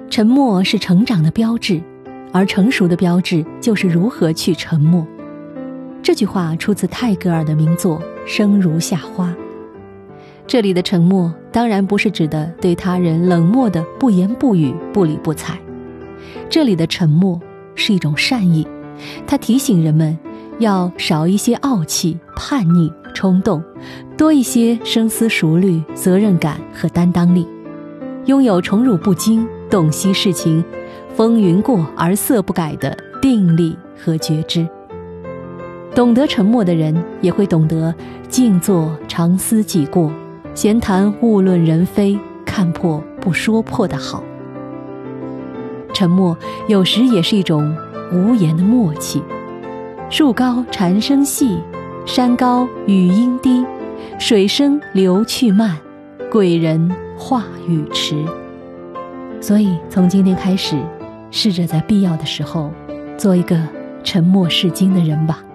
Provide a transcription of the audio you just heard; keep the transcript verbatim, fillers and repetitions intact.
沉默是成长的标志，而成熟的标志就是如何去沉默。这句话出自泰戈尔的名作《生如夏花》。这里的沉默当然不是指的对他人冷漠的不言不语、不理不睬，这里的沉默是一种善意，它提醒人们要少一些傲气、叛逆、冲动，多一些深思熟虑、责任感和担当力，拥有宠辱不惊、洞悉事情、风云过而色不改的定力和觉知。懂得沉默的人也会懂得静坐常思己过，闲谈勿论人非，看破不说破的好。沉默有时也是一种无言的默契。树高蝉声细，山高语音低，水声流去慢，贵人话语迟。所以从今天开始，试着在必要的时候做一个沉默是金的人吧。